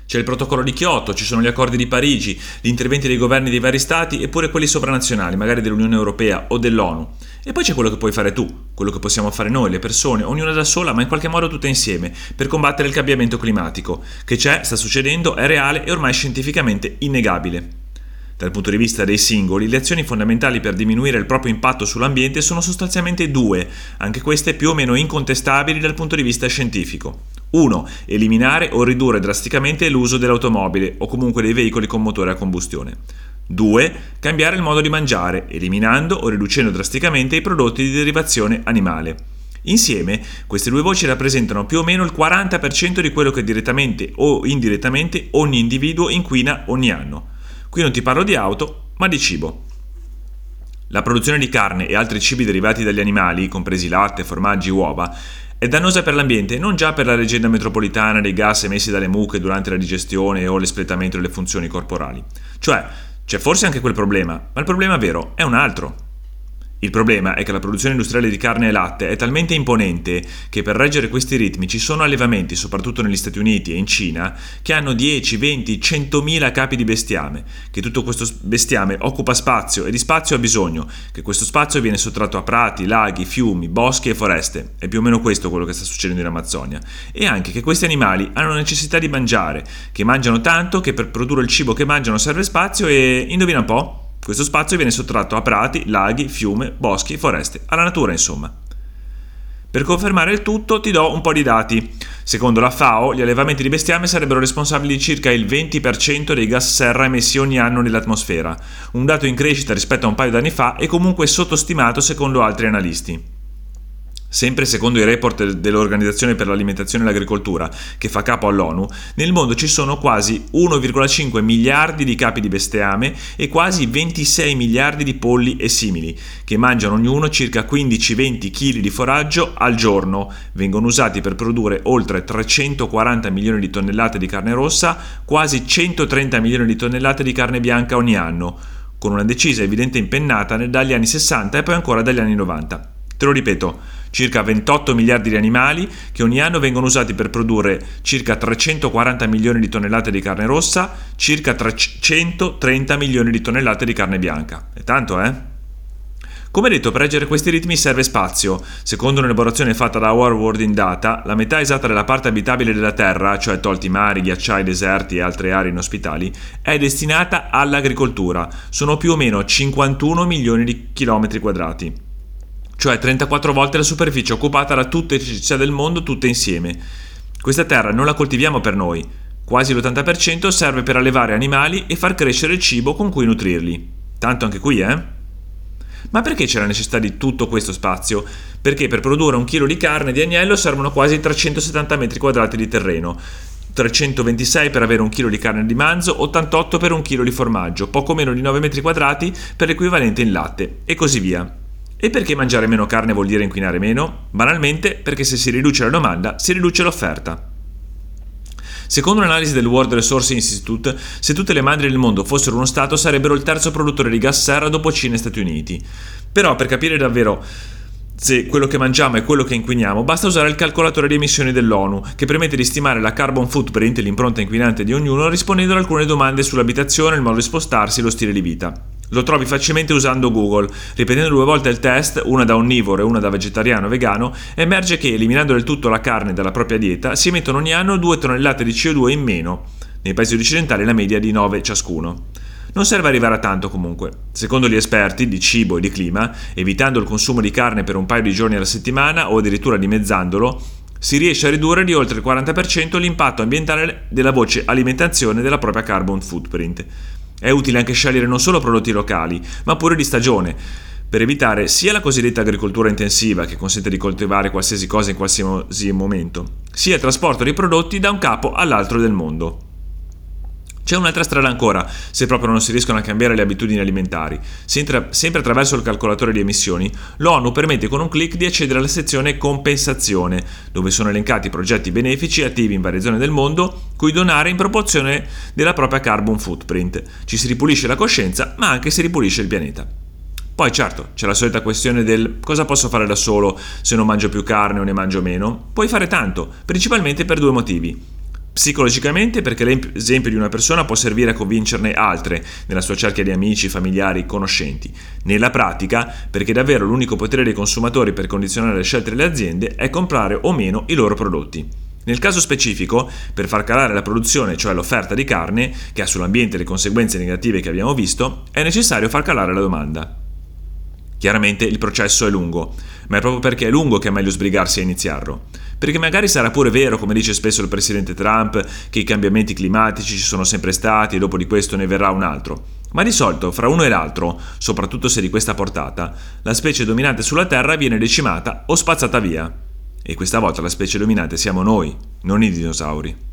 C'è il protocollo di Kyoto, ci sono gli accordi di Parigi, gli interventi dei governi dei vari stati e pure quelli sovranazionali, magari dell'Unione Europea o dell'ONU. E poi c'è quello che puoi fare tu, quello che possiamo fare noi, le persone, ognuna da sola, ma in qualche modo tutte insieme, per combattere il cambiamento climatico, che c'è, sta succedendo, è reale e ormai scientificamente innegabile. Dal punto di vista dei singoli, le azioni fondamentali per diminuire il proprio impatto sull'ambiente sono sostanzialmente due, anche queste più o meno incontestabili dal punto di vista scientifico. 1. Eliminare o ridurre drasticamente l'uso dell'automobile o comunque dei veicoli con motore a combustione. 2. Cambiare il modo di mangiare, eliminando o riducendo drasticamente i prodotti di derivazione animale. Insieme, queste due voci rappresentano più o meno il 40% di quello che direttamente o indirettamente ogni individuo inquina ogni anno. Qui non ti parlo di auto, ma di cibo. La produzione di carne e altri cibi derivati dagli animali, compresi latte, formaggi, uova, è dannosa per l'ambiente non già per la leggenda metropolitana dei gas emessi dalle mucche durante la digestione o l'espletamento delle funzioni corporali. Cioè, c'è forse anche quel problema, ma il problema vero è un altro. Il problema è che la produzione industriale di carne e latte è talmente imponente che per reggere questi ritmi ci sono allevamenti, soprattutto negli Stati Uniti e in Cina, che hanno 10, 20, 100.000 capi di bestiame, che tutto questo bestiame occupa spazio e di spazio ha bisogno, che questo spazio viene sottratto a prati, laghi, fiumi, boschi e foreste. È più o meno questo quello che sta succedendo in Amazzonia. E anche che questi animali hanno necessità di mangiare, che mangiano tanto che per produrre il cibo che mangiano serve spazio e, indovina un po', questo spazio viene sottratto a prati, laghi, fiume, boschi, foreste, alla natura insomma. Per confermare il tutto ti do un po' di dati. Secondo la FAO, gli allevamenti di bestiame sarebbero responsabili di circa il 20% dei gas serra emessi ogni anno nell'atmosfera, un dato in crescita rispetto a un paio d'anni fa e comunque sottostimato secondo altri analisti. Sempre secondo i report dell'Organizzazione per l'Alimentazione e l'Agricoltura, che fa capo all'ONU, nel mondo ci sono quasi 1,5 miliardi di capi di bestiame e quasi 26 miliardi di polli e simili, che mangiano ognuno circa 15-20 kg di foraggio al giorno. Vengono usati per produrre oltre 340 milioni di tonnellate di carne rossa, quasi 130 milioni di tonnellate di carne bianca ogni anno, con una decisa e evidente impennata dagli anni 60 e poi ancora dagli anni 90. Te lo ripeto, circa 28 miliardi di animali che ogni anno vengono usati per produrre circa 340 milioni di tonnellate di carne rossa, circa 330 milioni di tonnellate di carne bianca. È tanto, eh? Come detto, per reggere questi ritmi serve spazio. Secondo un'elaborazione fatta da Our World in Data, la metà esatta della parte abitabile della Terra, cioè tolti mari, ghiacciai, deserti e altre aree inospitali, è destinata all'agricoltura. Sono più o meno 51 milioni di chilometri quadrati. Cioè 34 volte la superficie occupata da tutte le città del mondo tutte insieme. Questa terra non la coltiviamo per noi, quasi l'80% serve per allevare animali e far crescere il cibo con cui nutrirli. Tanto anche qui, eh? Ma perché c'è la necessità di tutto questo spazio? Perché per produrre un chilo di carne di agnello servono quasi 370 metri quadrati di terreno, 326 per avere un chilo di carne di manzo, 88 per un chilo di formaggio, poco meno di 9 metri quadrati per l'equivalente in latte, e così via. E perché mangiare meno carne vuol dire inquinare meno? Banalmente perché se si riduce la domanda, si riduce l'offerta. Secondo un'analisi del World Resource Institute, se tutte le mandrie del mondo fossero uno Stato sarebbero il terzo produttore di gas serra dopo Cina e Stati Uniti. Però per capire davvero se quello che mangiamo è quello che inquiniamo, basta usare il calcolatore di emissioni dell'ONU, che permette di stimare la carbon footprint, l'impronta inquinante di ognuno, rispondendo ad alcune domande sull'abitazione, il modo di spostarsi e lo stile di vita. Lo trovi facilmente usando Google. Ripetendo 2 volte il test, una da onnivoro e una da vegetariano o vegano, emerge che, eliminando del tutto la carne dalla propria dieta, si emettono ogni anno 2 tonnellate di CO2 in meno. Nei paesi occidentali la media è di 9 ciascuno. Non serve arrivare a tanto comunque. Secondo gli esperti di cibo e di clima, evitando il consumo di carne per un paio di giorni alla settimana o addirittura dimezzandolo, si riesce a ridurre di oltre il 40% l'impatto ambientale della voce alimentazione della propria carbon footprint. È utile anche scegliere non solo prodotti locali, ma pure di stagione, per evitare sia la cosiddetta agricoltura intensiva, che consente di coltivare qualsiasi cosa in qualsiasi momento, sia il trasporto dei prodotti da un capo all'altro del mondo. C'è un'altra strada ancora, se proprio non si riescono a cambiare le abitudini alimentari. Sempre attraverso il calcolatore di emissioni, l'ONU permette con un clic di accedere alla sezione compensazione, dove sono elencati progetti benefici attivi in varie zone del mondo, cui donare in proporzione della propria carbon footprint. Ci si ripulisce la coscienza, ma anche si ripulisce il pianeta. Poi certo, c'è la solita questione del cosa posso fare da solo se non mangio più carne o ne mangio meno. Puoi fare tanto, principalmente per 2 motivi. Psicologicamente, perché l'esempio di una persona può servire a convincerne altre nella sua cerchia di amici, familiari, conoscenti. Nella pratica, perché davvero l'unico potere dei consumatori per condizionare le scelte delle aziende è comprare o meno i loro prodotti. Nel caso specifico, per far calare la produzione, cioè l'offerta di carne, che ha sull'ambiente le conseguenze negative che abbiamo visto, è necessario far calare la domanda. Chiaramente il processo è lungo, ma è proprio perché è lungo che è meglio sbrigarsi a iniziarlo. Perché magari sarà pure vero, come dice spesso il presidente Trump, che i cambiamenti climatici ci sono sempre stati e dopo di questo ne verrà un altro. Ma di solito, fra uno e l'altro, soprattutto se di questa portata, la specie dominante sulla Terra viene decimata o spazzata via. E questa volta la specie dominante siamo noi, non i dinosauri.